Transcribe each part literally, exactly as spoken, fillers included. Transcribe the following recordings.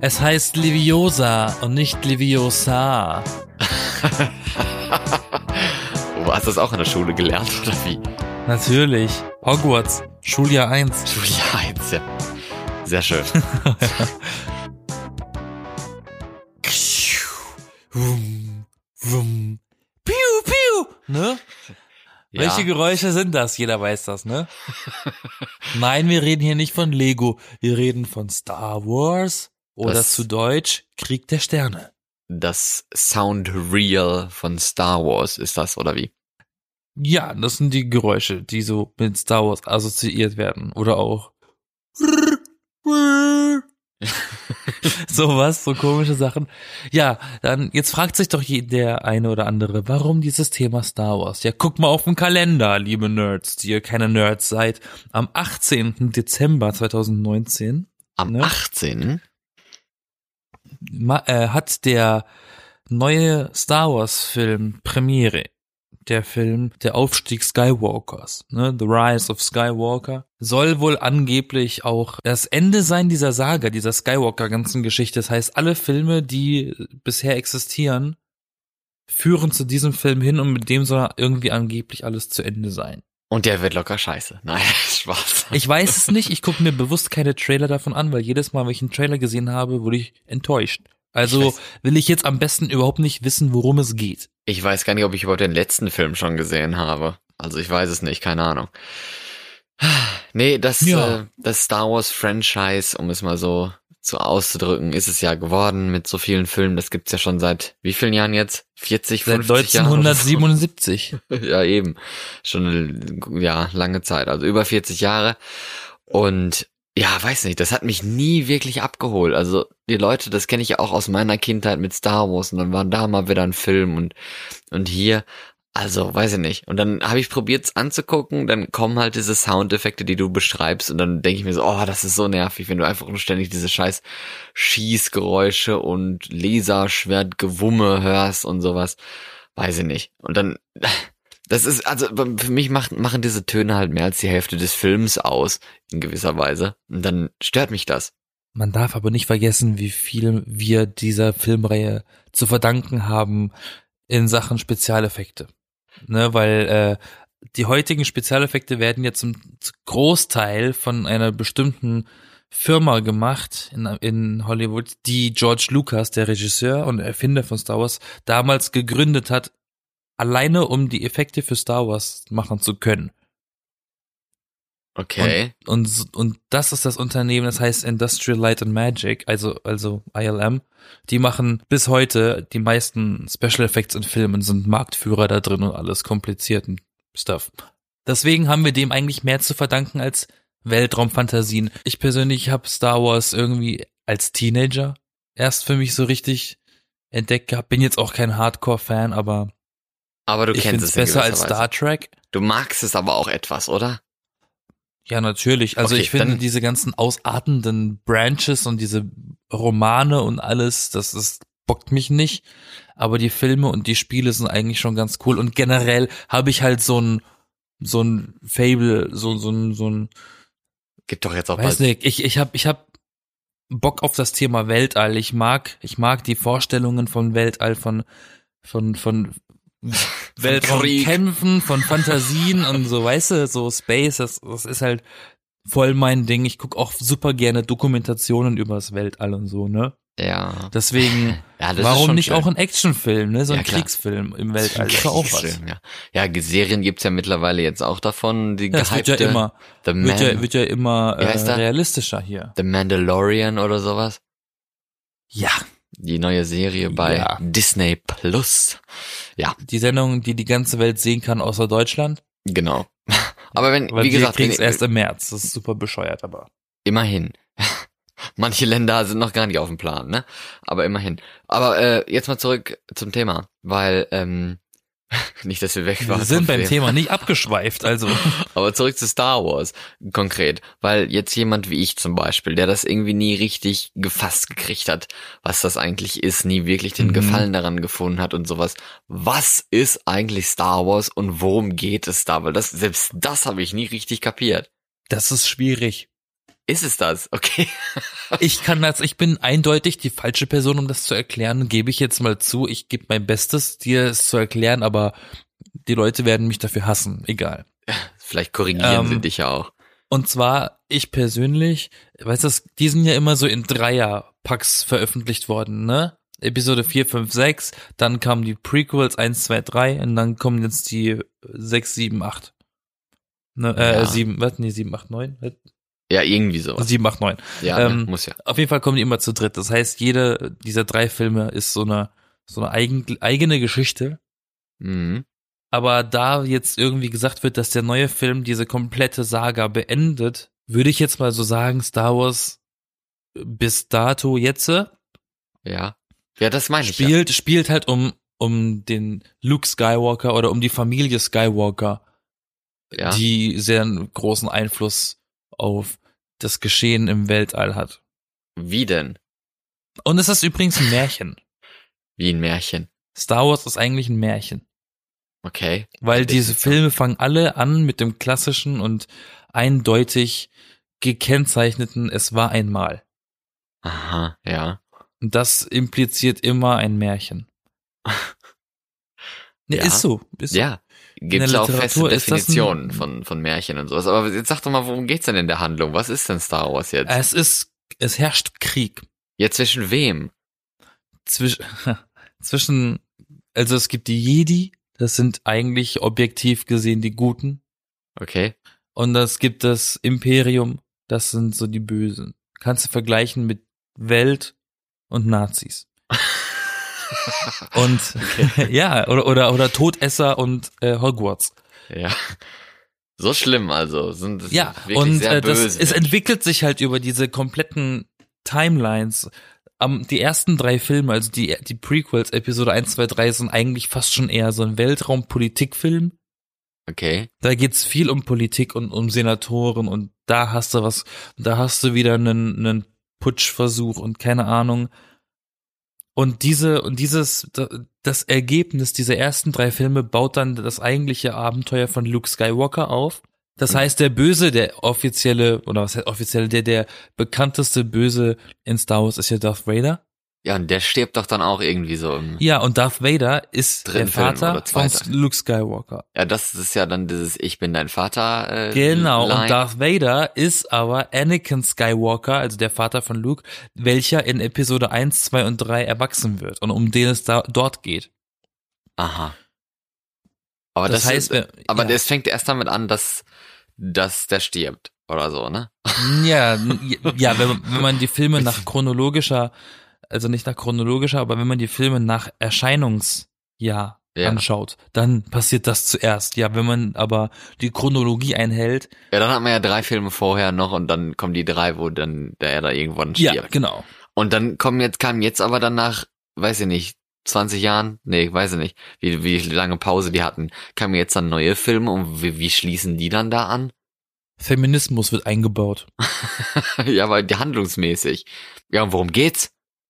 Es heißt Leviosa und nicht Leviosa. Oh, hast du das auch in der Schule gelernt, oder wie? Natürlich. Hogwarts. Schuljahr eins. Schuljahr eins, ja. Sehr schön. Wum, wum. Piu, piu. Ne? Ja. Welche Geräusche sind das? Jeder weiß das, ne? Nein, wir reden hier nicht von Lego. Wir reden von Star Wars oder Das- zu Deutsch Krieg der Sterne. Das Sound Reel von Star Wars ist das, oder wie? Ja, das sind die Geräusche, die so mit Star Wars assoziiert werden. Oder auch sowas, so komische Sachen. Ja, dann jetzt fragt sich doch je- der eine oder andere, warum dieses Thema Star Wars? Ja, guck mal auf den Kalender, liebe Nerds, die ihr keine Nerds seid. Am achtzehnten Dezember zweitausendneunzehn Am Ne? achtzehnten ma- äh, hat der neue Star Wars Film Premiere. Der Film Der Aufstieg Skywalkers, ne, The Rise of Skywalker, soll wohl angeblich auch das Ende sein dieser Saga, dieser Skywalker-ganzen Geschichte. Das heißt, alle Filme, die bisher existieren, führen zu diesem Film hin und mit dem soll irgendwie angeblich alles zu Ende sein. Und der wird locker scheiße. Nein, Spaß. Ich weiß es nicht, ich gucke mir bewusst keine Trailer davon an, weil jedes Mal, wenn ich einen Trailer gesehen habe, wurde ich enttäuscht. Also Ich weiß- will ich jetzt am besten überhaupt nicht wissen, worum es geht. Ich weiß gar nicht, ob ich überhaupt den letzten Film schon gesehen habe. Also ich weiß es nicht, keine Ahnung. Nee, das, Ja. äh, das Star Wars Franchise, um es mal so, so auszudrücken, ist es ja geworden mit so vielen Filmen. Das gibt's ja schon seit wie vielen Jahren jetzt? vierzig, Seit fünfzig Jahren? oder so? neunzehnhundertsiebenundsiebzig. Ja, eben. Schon eine, ja, lange Zeit. Also über vierzig Jahre. Und ja, weiß nicht, das hat mich nie wirklich abgeholt. Also die Leute, das kenne ich ja auch aus meiner Kindheit mit Star Wars. Und dann war da mal wieder ein Film und, und hier, also weiß ich nicht. Und dann habe ich probiert es anzugucken, dann kommen halt diese Soundeffekte, die du beschreibst. Und dann denke ich mir so, oh, das ist so nervig, wenn du einfach nur ständig diese scheiß Schießgeräusche und Laserschwertgewumme hörst und sowas. Weiß ich nicht. Und dann, das ist, also für mich macht, machen diese Töne halt mehr als die Hälfte des Films aus, in gewisser Weise. Und dann stört mich das. Man darf aber nicht vergessen, wie viel wir dieser Filmreihe zu verdanken haben in Sachen Spezialeffekte. Ne, weil äh, die heutigen Spezialeffekte werden ja zum Großteil von einer bestimmten Firma gemacht in, in Hollywood, die George Lucas, der Regisseur und Erfinder von Star Wars, damals gegründet hat, alleine um die Effekte für Star Wars machen zu können. Okay. Und, und, und das ist das Unternehmen, das heißt Industrial Light and Magic, also, also I L M. Die machen bis heute die meisten Special Effects in Filmen, sind Marktführer da drin und alles komplizierten Stuff. Deswegen haben wir dem eigentlich mehr zu verdanken als Weltraumfantasien. Ich persönlich habe Star Wars irgendwie als Teenager erst für mich so richtig entdeckt gehabt. Bin jetzt auch kein Hardcore-Fan, aber Aber du ich kennst finde es es in besser als gewisser Weise. Star Trek. Du magst es aber auch etwas, oder? Ja, natürlich. Also Okay, ich finde dann- diese ganzen ausartenden Branches und diese Romane und alles, das ist, bockt mich nicht. Aber die Filme und die Spiele sind eigentlich schon ganz cool. Und generell habe ich halt so ein, so ein Fable, so, so ein, so ein, Gibt doch jetzt auch weiß bald. nicht, ich, ich hab, ich hab Bock auf das Thema Weltall. Ich mag, ich mag die Vorstellungen von Weltall, von, von, von Weltraumkämpfen, von Fantasien und so, weißt du, so Space, das, das ist halt voll mein Ding. Ich guck auch super gerne Dokumentationen über das Weltall und so, ne? Ja. Deswegen, Ja, das ist warum schon nicht schön. auch ein Actionfilm, ne? So ein Ja, klar. Kriegsfilm im Weltall, ist doch auch was. Kriegsfilm, ja. Ja, Serien gibt's ja mittlerweile jetzt auch davon. Die Ja, es wird ja gehypte immer, The, wird Man, ja, wird ja immer Wie äh, heißt der? realistischer hier. The Mandalorian oder sowas. Ja, Die neue Serie bei Ja. Disney Plus. Ja, die Sendung, die die ganze Welt sehen kann, außer Deutschland. genau. Aber wenn, Weil wie wir gesagt, wenn, kriegen's erst im März. Das ist super bescheuert, aber. immerhin. Manche Länder sind noch gar nicht auf dem Plan, ne? Aber immerhin. Aber äh, jetzt mal zurück zum Thema, weil ähm, nicht, dass wir weg waren. Wir sind vom beim Film. Thema nicht abgeschweift, also. Aber zurück zu Star Wars konkret, weil jetzt jemand wie ich zum Beispiel, der das irgendwie nie richtig gefasst gekriegt hat, was das eigentlich ist, nie wirklich den Mhm. Gefallen daran gefunden hat und sowas. Was ist eigentlich Star Wars und worum geht es da? Weil das selbst das habe ich nie richtig kapiert. Das ist schwierig. Ist es das? Okay. Ich kann das, ich bin eindeutig die falsche Person, um das zu erklären, gebe ich jetzt mal zu. Ich gebe mein Bestes, dir es zu erklären, aber die Leute werden mich dafür hassen, egal. Vielleicht korrigieren Ähm, sie dich ja auch. Und zwar, ich persönlich, weißt du, die sind ja immer so in Dreier-Packs veröffentlicht worden, ne? Episode vier, fünf, sechs, dann kamen die Prequels eins, zwei, drei und dann kommen jetzt die sechs, sieben, acht. Ne, äh, Ja. sieben, was? Nee, sieben, acht, neun? Ja, irgendwie sowas. sieben, acht, neun. Ja, ähm, ne? Muss ja. Auf jeden Fall kommen die immer zu dritt. Das heißt, jede dieser drei Filme ist so eine, so eine eigen, eigene Geschichte. Mhm. Aber da jetzt irgendwie gesagt wird, dass der neue Film diese komplette Saga beendet, würde ich jetzt mal so sagen, Star Wars bis dato jetzt Ja. Ja, das meine ich ja. spielt, spielt halt um, um den Luke Skywalker oder um die Familie Skywalker, Ja. die sehr einen großen Einfluss auf das Geschehen im Weltall hat. Wie denn? Und es ist übrigens ein Märchen. Wie ein Märchen. Star Wars ist eigentlich ein Märchen. Okay. Weil Das diese ist so. Filme fangen alle an mit dem klassischen und eindeutig gekennzeichneten Es war einmal. Aha, ja. Und das impliziert immer ein Märchen. Ne, Ja. ist so. Ist so. Ja. Gibt's der auch feste Literatur ist das ein- Definitionen von, von Märchen und sowas. Aber jetzt sag doch mal, worum geht's denn in der Handlung? Was ist denn Star Wars jetzt? Es ist, es herrscht Krieg. Ja, zwischen wem? Zwischen, zwischen, also es gibt die Jedi, das sind eigentlich objektiv gesehen die Guten. Okay. Und es gibt das Imperium, das sind so die Bösen. Kannst du vergleichen mit Welt und Nazis. Und ja, oder, oder, oder Todesser und äh, Hogwarts. Ja. So schlimm also. Sind das Ja, wirklich und sehr äh, das, böse. es entwickelt sich halt über diese kompletten Timelines. Um, die ersten drei Filme, also die, die Prequels, Episode eins, zwei, drei, sind eigentlich fast schon eher so ein Weltraum-Politikfilm. Okay. Da geht's viel um Politik und um Senatoren und da hast du was, da hast du wieder einen, einen Putschversuch und keine Ahnung. Und diese, und dieses, das Ergebnis dieser ersten drei Filme baut dann das eigentliche Abenteuer von Luke Skywalker auf. Das heißt, der Böse, der offizielle, oder was heißt offizielle, der, der bekannteste Böse in Star Wars ist ja Darth Vader. Ja, und der stirbt doch dann auch irgendwie so im... Ja, und Darth Vader ist Dritten der Film Vater oder von zweiter. Luke Skywalker. Ja, das ist ja dann dieses Ich bin dein Vater äh, Genau, Line. und Darth Vader ist aber Anakin Skywalker, also der Vater von Luke, welcher in Episode eins, zwei und drei erwachsen wird und um den es da dort geht. Aha. Aber Das das, heißt, ist, wir- aber ja. es fängt erst damit an, dass, dass der stirbt oder so, ne? Ja, n- ja, wenn, wenn man die Filme nach chronologischer, also nicht nach chronologischer, aber wenn man die Filme nach Erscheinungsjahr Ja. anschaut, dann passiert das zuerst. Ja, wenn man aber die Chronologie einhält, Ja, dann hat man ja drei Filme vorher noch und dann kommen die drei, wo dann der er da irgendwann stirbt. ja, genau. Und dann kommen jetzt, kam jetzt aber dann nach, weiß ich nicht, zwanzig Jahren, nee, weiß ich nicht, wie, wie lange Pause die hatten, kamen jetzt dann neue Filme und wie, wie schließen die dann da an? Feminismus wird eingebaut. Ja, aber die handlungsmäßig. Ja, und worum geht's?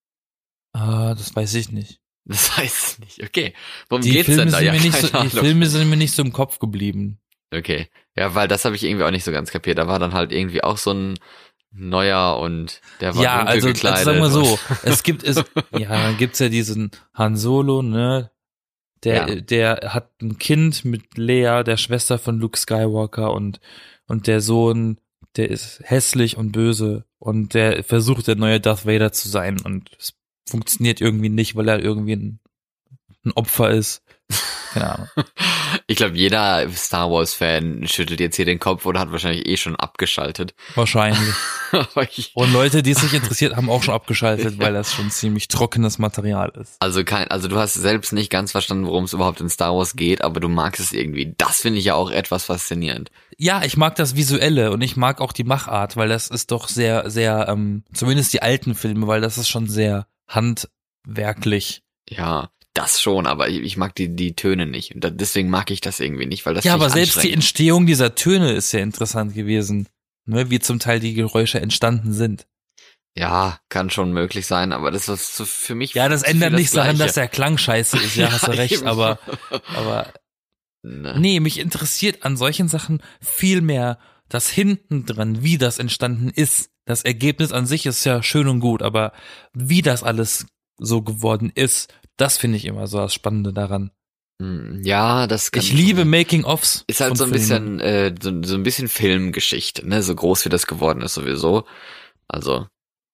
Ah, das weiß ich nicht. Das weiß ich nicht. Okay. Worum Die geht's Filme, denn da? sind Ja, mir nicht so, keine die Ahnung. Filme sind mir nicht so im Kopf geblieben. Okay. Ja, weil das habe ich irgendwie auch nicht so ganz kapiert. Da war dann halt irgendwie auch so ein neuer und der war Ja, dunkel also, also gekleidet. sagen wir so, es gibt es, ja, dann gibt's ja diesen Han Solo, ne, der, Ja. der hat ein Kind mit Leia, der Schwester von Luke Skywalker und, und der Sohn, der ist hässlich und böse und der versucht, der neue Darth Vader zu sein und es funktioniert irgendwie nicht, weil er irgendwie ein, ein Opfer ist. Keine Ahnung. Ich glaube, jeder Star Wars Fan schüttelt jetzt hier den Kopf oder hat wahrscheinlich eh schon abgeschaltet. Wahrscheinlich. Aber ich, Und Leute, die es sich interessiert, haben auch schon abgeschaltet, weil das schon ziemlich trockenes Material ist. also kein, also du hast selbst nicht ganz verstanden, worum es überhaupt in Star Wars geht, aber du magst es irgendwie. Das finde ich ja auch etwas faszinierend. Ja, ich mag das Visuelle und ich mag auch die Machart, weil das ist doch sehr, sehr, ähm, zumindest die alten Filme, weil das ist schon sehr handwerklich. Ja, das schon, aber ich, ich mag die, die Töne nicht. Und da, deswegen mag ich das irgendwie nicht, weil das Ja, finde aber ich selbst die anstrengend. Entstehung dieser Töne ist sehr interessant gewesen, ne, wie zum Teil die Geräusche entstanden sind. Ja, kann schon möglich sein, aber das ist so für mich. Ja, das viel ändert nichts daran, Gleiche. dass der Klang scheiße ist, ja, hast du recht, eben. aber, aber, Ne. nee, mich interessiert an solchen Sachen viel mehr das hinten dran, wie das entstanden ist, das Ergebnis an sich ist ja schön und gut, aber wie das alles so geworden ist, das finde ich immer so das Spannende daran. Ja, das kann ich liebe Making-ofs. Ist halt so ein Filmen. bisschen, äh, so, so ein bisschen Filmgeschichte, ne, so groß wie das geworden ist sowieso. Also.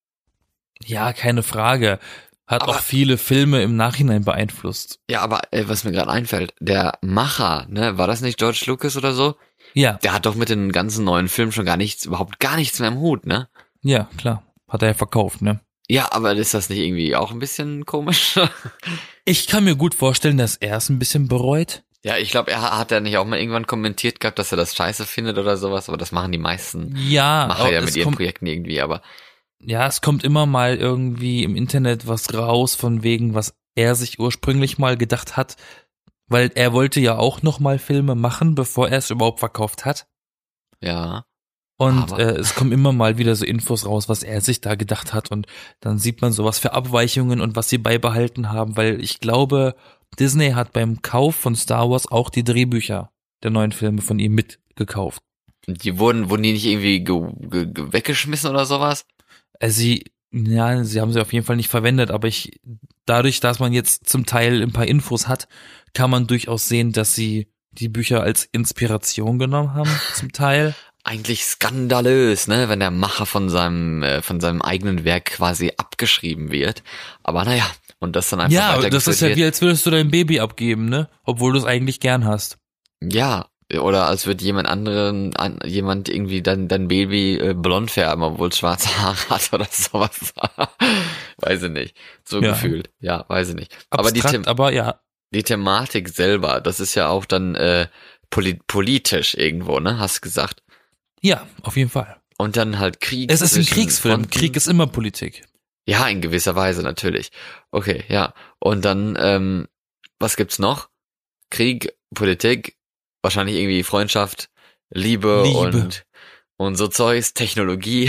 Ja, keine Frage. Hat aber, auch viele Filme im Nachhinein beeinflusst. Ja, aber äh, was mir gerade einfällt, der Macher, ne, war das nicht George Lucas oder so? Ja. Der hat doch mit den ganzen neuen Filmen schon gar nichts, überhaupt gar nichts mehr im Hut, ne? Ja, klar. Hat er ja verkauft, ne? Ja, aber ist das nicht irgendwie auch ein bisschen komisch? Ich kann mir gut vorstellen, dass er es ein bisschen bereut. Ja, ich glaube, er hat ja nicht auch mal irgendwann kommentiert gehabt, dass er das scheiße findet oder sowas, aber das machen die meisten ja, Macher ja mit ihren kommt, Projekten irgendwie, aber. Ja, es kommt immer mal irgendwie im Internet was raus von wegen, was er sich ursprünglich mal gedacht hat, weil er wollte ja auch noch mal Filme machen, bevor er es überhaupt verkauft hat. Ja. Und äh, es kommen immer mal wieder so Infos raus, was er sich da gedacht hat und dann sieht man so was für Abweichungen und was sie beibehalten haben, weil ich glaube, Disney hat beim Kauf von Star Wars auch die Drehbücher der neuen Filme von ihm mitgekauft. Die wurden, wurden die nicht irgendwie ge, ge, ge weggeschmissen oder sowas? Also sie, ja, sie haben sie auf jeden Fall nicht verwendet, aber ich, dadurch, dass man jetzt zum Teil ein paar Infos hat, kann man durchaus sehen, dass sie die Bücher als Inspiration genommen haben, zum Teil. Eigentlich skandalös, ne, wenn der Macher von seinem äh, von seinem eigenen Werk quasi abgeschrieben wird. Aber naja, und das dann einfach ja, weitergeführt das ist ja wird. wie, als würdest du dein Baby abgeben, ne? Obwohl du es eigentlich gern hast. Ja, oder als würde jemand anderen, an, jemand irgendwie dein, dein Baby äh, blond färben, obwohl es schwarze Haare hat oder sowas. Weiß ich nicht. So Ja. gefühlt. Ja, weiß ich nicht. Abstrakt, aber die, The aber ja. die Thematik selber, das ist ja auch dann äh, polit politisch irgendwo, ne? Hast gesagt. Ja, auf jeden Fall. Und dann halt Krieg. Es ist ein zwischen Kriegsfilm. Fronten. Krieg ist immer Politik. Ja, in gewisser Weise natürlich. Okay, ja. Und dann, ähm, was gibt's noch? Krieg, Politik, wahrscheinlich irgendwie Freundschaft, Liebe, Liebe. und und so Zeugs, Technologie.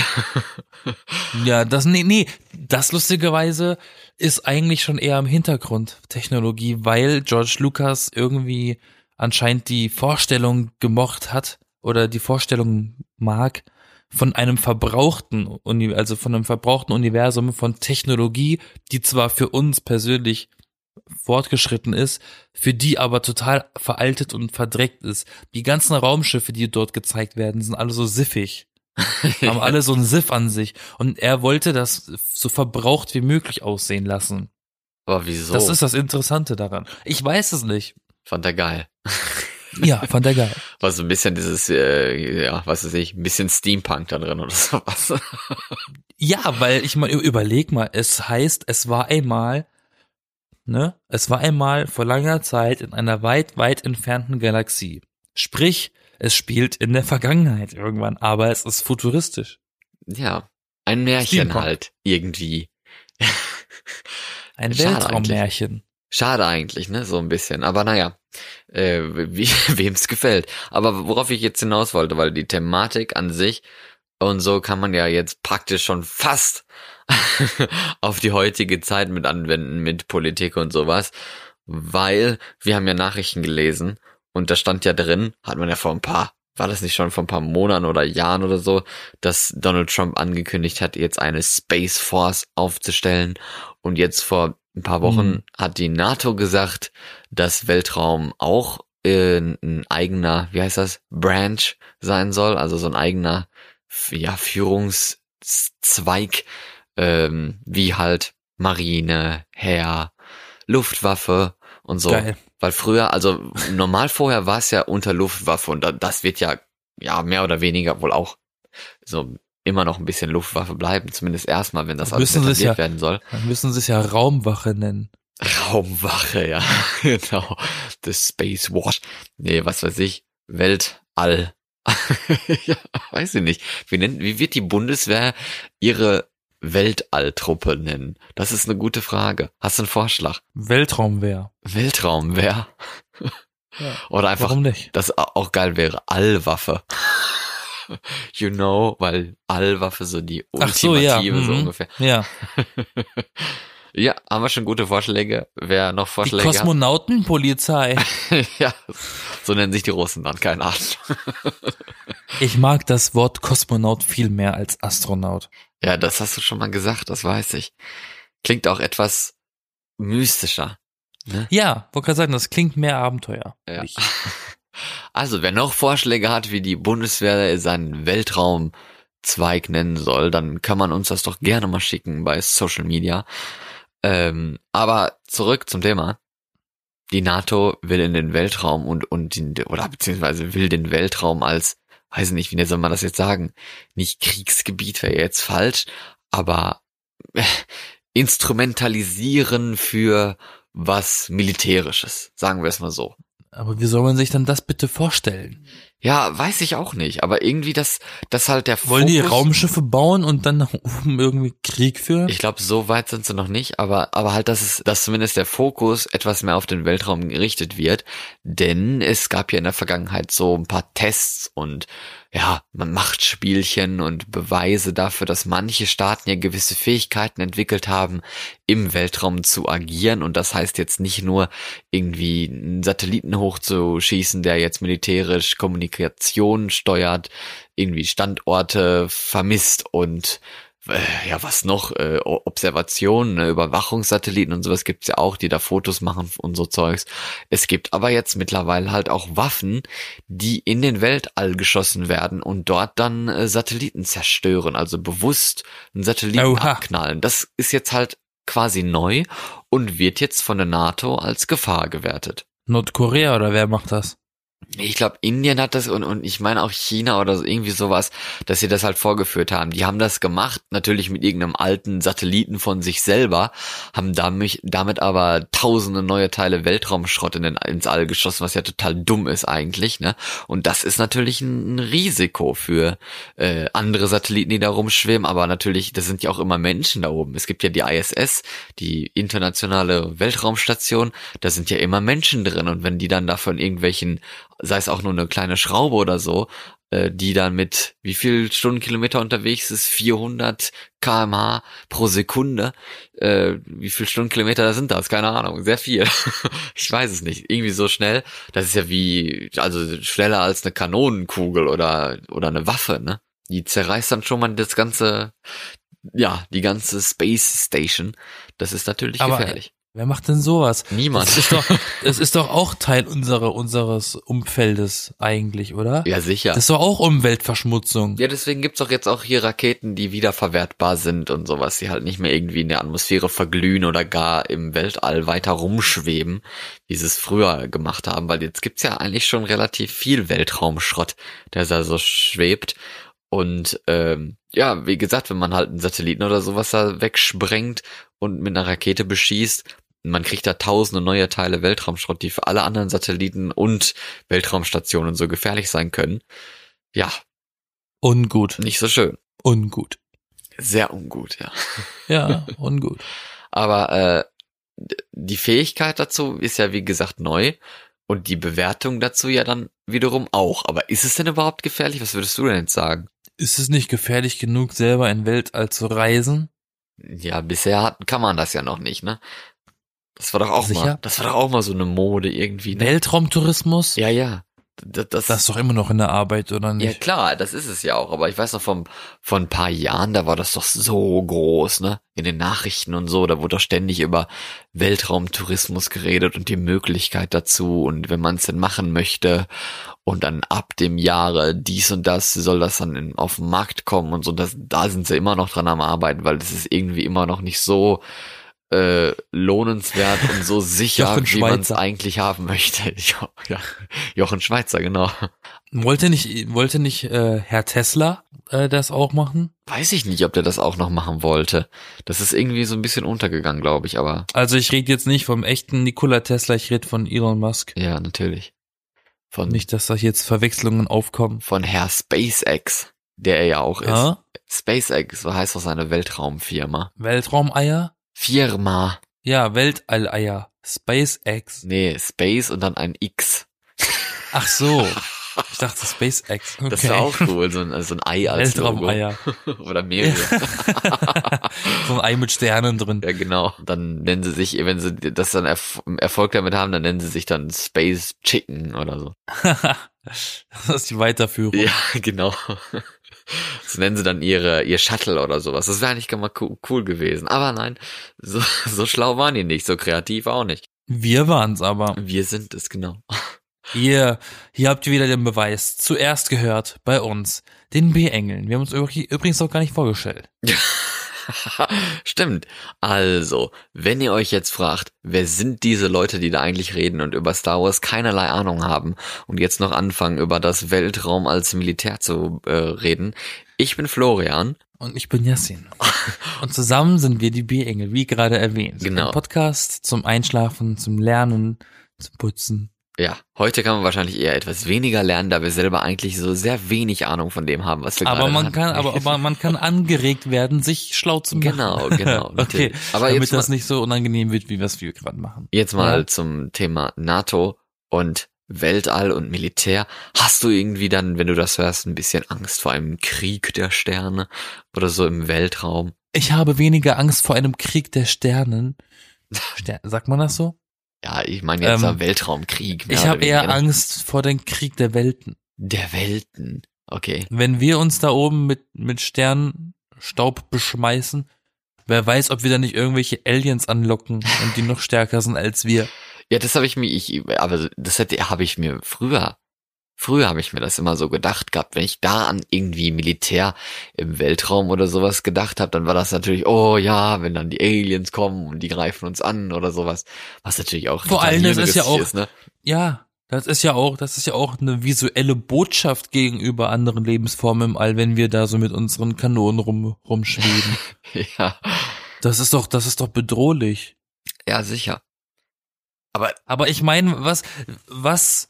Ja, das, nee, nee, das lustigerweise ist eigentlich schon eher im Hintergrund, Technologie, weil George Lucas irgendwie anscheinend die Vorstellung gemocht hat oder die Vorstellung mag von einem verbrauchten, Uni- also von einem verbrauchten Universum von Technologie, die zwar für uns persönlich fortgeschritten ist, für die aber total veraltet und verdreckt ist. Die ganzen Raumschiffe, die dort gezeigt werden, sind alle so siffig. Haben alle so einen Siff an sich. Und er wollte das so verbraucht wie möglich aussehen lassen. Aber wieso? Das ist das Interessante daran. Ich weiß es nicht. Fand er geil. Ja, fand er geil. War so ein bisschen dieses, äh, ja, was weiß ich, ein bisschen Steampunk da drin oder sowas. Ja, weil ich mal überleg mal, es heißt, es war einmal, ne, es war einmal vor langer Zeit in einer weit, weit entfernten Galaxie. Sprich, es spielt in der Vergangenheit irgendwann, aber es ist futuristisch. Ja, ein Märchen Steampunk. halt, irgendwie. Ein Schade Weltraummärchen. Schade eigentlich, ne, so ein bisschen. Aber naja, äh, wie, wem's gefällt. Aber worauf ich jetzt hinaus wollte, weil die Thematik an sich und so kann man ja jetzt praktisch schon fast auf die heutige Zeit mit anwenden, mit Politik und sowas. Weil wir haben ja Nachrichten gelesen und da stand ja drin, hat man ja vor ein paar, war das nicht schon vor ein paar Monaten oder Jahren oder so, dass Donald Trump angekündigt hat, jetzt eine Space Force aufzustellen. Und jetzt vor ein paar Wochen Mhm. hat die NATO gesagt, dass Weltraum auch äh, ein eigener, wie heißt das, Branch sein soll, also so ein eigener, ja, Führungszweig, ähm, wie halt Marine, Heer, Luftwaffe und so. Geil. Weil früher, also normal vorher war es ja unter Luftwaffe und da, das wird ja, ja, mehr oder weniger wohl auch so immer noch ein bisschen Luftwaffe bleiben, zumindest erstmal, wenn das Dann alles müssen sie es etabliert ja- werden soll. Dann müssen sie es ja Raumwache nennen. Raumwache, ja, genau. The Space Watch. Nee, was weiß ich. Weltall. Ja, weiß ich nicht. Wie nennt, wie wird die Bundeswehr ihre Weltalltruppe nennen? Das ist eine gute Frage. Hast du einen Vorschlag? Weltraumwehr. Weltraumwehr? Ja. Oder einfach, Warum nicht? das auch geil wäre, Allwaffe. You know, weil Allwaffe so die Ach so, ja. ultimative so Mhm. ungefähr. Ja. Ja, haben wir schon gute Vorschläge? Wer noch Die Vorschläge hat? Kosmonautenpolizei. Ja, so nennen sich die Russen dann, keine Ahnung. Ich mag das Wort Kosmonaut viel mehr als Astronaut. Ja, das hast du schon mal gesagt, das weiß ich. Klingt auch etwas mystischer. Ne? Ja, wollte gerade sagen, das klingt mehr Abenteuer. Ja. Also, wer noch Vorschläge hat, wie die Bundeswehr seinen Weltraumzweig nennen soll, dann kann man uns das doch gerne mal schicken bei Social Media. Ähm, aber zurück zum Thema. Die NATO will in den Weltraum und, und den, oder beziehungsweise will den Weltraum als, weiß nicht, wie soll man das jetzt sagen? Nicht Kriegsgebiet wäre jetzt falsch, aber äh, instrumentalisieren für was Militärisches, sagen wir es mal so. Aber wie soll man sich dann das bitte vorstellen? Ja, weiß ich auch nicht, aber irgendwie das, das halt der Fokus. Wollen die Raumschiffe bauen und dann nach oben irgendwie Krieg führen? Ich glaube, so weit sind sie noch nicht, aber, aber halt, dass es, dass zumindest der Fokus etwas mehr auf den Weltraum gerichtet wird, denn es gab ja in der Vergangenheit so ein paar Tests und ja, man macht Spielchen und Beweise dafür, dass manche Staaten ja gewisse Fähigkeiten entwickelt haben, im Weltraum zu agieren. Und das heißt jetzt nicht nur irgendwie einen Satelliten hochzuschießen, der jetzt militärisch Kommunikation steuert, irgendwie Standorte vermisst und äh, ja, was noch, äh, Observationen, äh, Überwachungssatelliten und sowas gibt's ja auch, die da Fotos machen und so Zeugs. Es gibt aber jetzt mittlerweile halt auch Waffen, die in den Weltall geschossen werden und dort dann äh, Satelliten zerstören, also bewusst einen Satelliten Oha. abknallen. Das ist jetzt halt quasi neu und wird jetzt von der NATO als Gefahr gewertet. Nordkorea oder wer macht das? Ich glaube, Indien hat das und, und ich meine auch China oder so, irgendwie sowas, dass sie das halt vorgeführt haben. Die haben das gemacht, natürlich mit irgendeinem alten Satelliten von sich selber, haben damit, damit aber tausende neue Teile Weltraumschrott in den, ins All geschossen, was ja total dumm ist eigentlich, ne? Und das ist natürlich ein, ein Risiko für äh, andere Satelliten, die da rumschwimmen, aber natürlich, das sind ja auch immer Menschen da oben. Es gibt ja die I S S, die internationale Weltraumstation, da sind ja immer Menschen drin und wenn die dann da von irgendwelchen, sei es auch nur eine kleine Schraube oder so, äh, die dann mit wie viel Stundenkilometer unterwegs ist, vierhundert Kilometer pro Stunde pro Sekunde, äh, wie viel Stundenkilometer sind das? Keine Ahnung, sehr viel. Ich weiß es nicht. Irgendwie so schnell, das ist ja wie, also schneller als eine Kanonenkugel oder oder eine Waffe, ne? Die zerreißt dann schon mal das ganze, ja, die ganze Space Station. Das ist natürlich Aber gefährlich. Wer macht denn sowas? Niemand. Das ist doch, das ist doch auch Teil unserer, unseres Umfeldes eigentlich, oder? Ja, sicher. Das ist doch auch Umweltverschmutzung. Ja, deswegen gibt's doch jetzt auch hier Raketen, die wiederverwertbar sind und sowas, die halt nicht mehr irgendwie in der Atmosphäre verglühen oder gar im Weltall weiter rumschweben, wie sie es früher gemacht haben, weil jetzt gibt's ja eigentlich schon relativ viel Weltraumschrott, der da so schwebt. Und ähm, ja, wie gesagt, wenn man halt einen Satelliten oder sowas da wegsprengt und mit einer Rakete beschießt, man kriegt da tausende neue Teile Weltraumschrott, die für alle anderen Satelliten und Weltraumstationen so gefährlich sein können. Ja, Ungut. nicht so schön. Ungut. Sehr ungut, ja. Ja, ungut. Aber äh, die Fähigkeit dazu ist ja wie gesagt neu und die Bewertung dazu ja dann wiederum auch. Aber ist es denn überhaupt gefährlich? Was würdest du denn jetzt sagen? Ist es nicht gefährlich genug, selber in Weltall zu reisen? Ja, bisher hat, kann man das ja noch nicht, ne? Das war doch auch Sicher? mal, das war doch auch mal so eine Mode irgendwie, ne? Weltraumtourismus? Ja, ja. Das, das, Das ist doch immer noch in der Arbeit, oder ja nicht? klar, das ist es ja auch, aber ich weiß noch vom, von ein paar Jahren, da war das doch so groß, ne? In den Nachrichten und so, da wurde doch ständig über Weltraumtourismus geredet und die Möglichkeit dazu und wenn man es denn machen möchte und dann ab dem Jahre dies und das soll das dann in, auf den Markt kommen und so, das, da sind sie immer noch dran am Arbeiten, weil das ist irgendwie immer noch nicht so äh, lohnenswert und so sicher, Jochen wie man es Schweizer. eigentlich haben möchte. Jo, ja, Jochen Schweizer, genau. Wollte nicht, wollte nicht äh, Herr Tesla äh, das auch machen? Weiß ich nicht, ob der das auch noch machen wollte. Das ist irgendwie so ein bisschen untergegangen, glaube ich, aber Also ich rede jetzt nicht vom echten Nikola Tesla, ich rede von Elon Musk. ja, natürlich. Von, Nicht, dass da jetzt Verwechslungen aufkommen. von Herr SpaceX, der er ja auch ist. Ja? SpaceX, so heißt doch seine Weltraumfirma. Weltraumeier? Firma. Ja, Weltalleier. SpaceX. Nee, Space und dann ein X. Ach so. Ich dachte SpaceX. Okay. Das wäre auch cool, so ein, so ein Ei als Logo. Weltraumeier. Oder mehrere. So ein Ei mit Sternen drin. Ja, genau. Dann nennen sie sich, wenn sie das dann Erf- Erfolg damit haben, dann nennen sie sich dann Space Chicken oder so. Das ist die Weiterführung. Ja, genau. So nennen sie dann ihre ihr Shuttle oder sowas. Das wäre eigentlich mal cool, cool gewesen. Aber nein, so, so schlau waren die nicht, so kreativ auch nicht. Wir waren's aber. Wir sind es, genau. Hier, hier habt ihr wieder den Beweis. Zuerst gehört bei uns, den B-Engeln. Wir haben uns übrigens auch gar nicht vorgestellt. Stimmt. Also, wenn ihr euch jetzt fragt, wer sind diese Leute, die da eigentlich reden und über Star Wars keinerlei Ahnung haben und jetzt noch anfangen, über das Weltraum als Militär zu äh, reden, ich bin Florian. Und ich bin Yassin. Und zusammen sind wir die B-Engel, wie gerade erwähnt. Genau. Ein Podcast zum Einschlafen, zum Lernen, zum Putzen. Ja, heute kann man wahrscheinlich eher etwas weniger lernen, da wir selber eigentlich so sehr wenig Ahnung von dem haben, was wir aber gerade man hatten. kann, aber, aber man kann angeregt werden, sich schlau zu machen. Genau, genau. Okay, natürlich. Aber damit jetzt das mal, nicht so unangenehm wird, wie was wir gerade machen. jetzt mal Ja. zum Thema NATO und Weltall und Militär. Hast du irgendwie dann, wenn du das hörst, ein bisschen Angst vor einem Krieg der Sterne oder so im Weltraum? Ich habe weniger Angst vor einem Krieg der Sternen. Ster sagt man das so? Ja, ich meine jetzt Ähm, am Weltraumkrieg. mehr Ich oder habe eher weniger. Angst vor dem Krieg der Welten. Der Welten. Okay. Wenn wir uns da oben mit, mit Sternenstaub beschmeißen, wer weiß, ob wir da nicht irgendwelche Aliens anlocken und die noch stärker sind als wir. Ja, das habe ich mir, ich, aber das hätte, habe ich mir früher, früher habe ich mir das immer so gedacht gehabt, wenn ich da an irgendwie Militär im Weltraum oder sowas gedacht habe, dann war das natürlich, oh ja, wenn dann die Aliens kommen und die greifen uns an oder sowas, was natürlich auch Vor total allem, das ist ja hirnrissig auch- ist, ne? Ja, das ist ja auch, das ist ja auch eine visuelle Botschaft gegenüber anderen Lebensformen im All, wenn wir da so mit unseren Kanonen rum, rumschweben. Ja, Das ist doch, das ist doch bedrohlich. ja, sicher. Aber Aber ich meine, was, was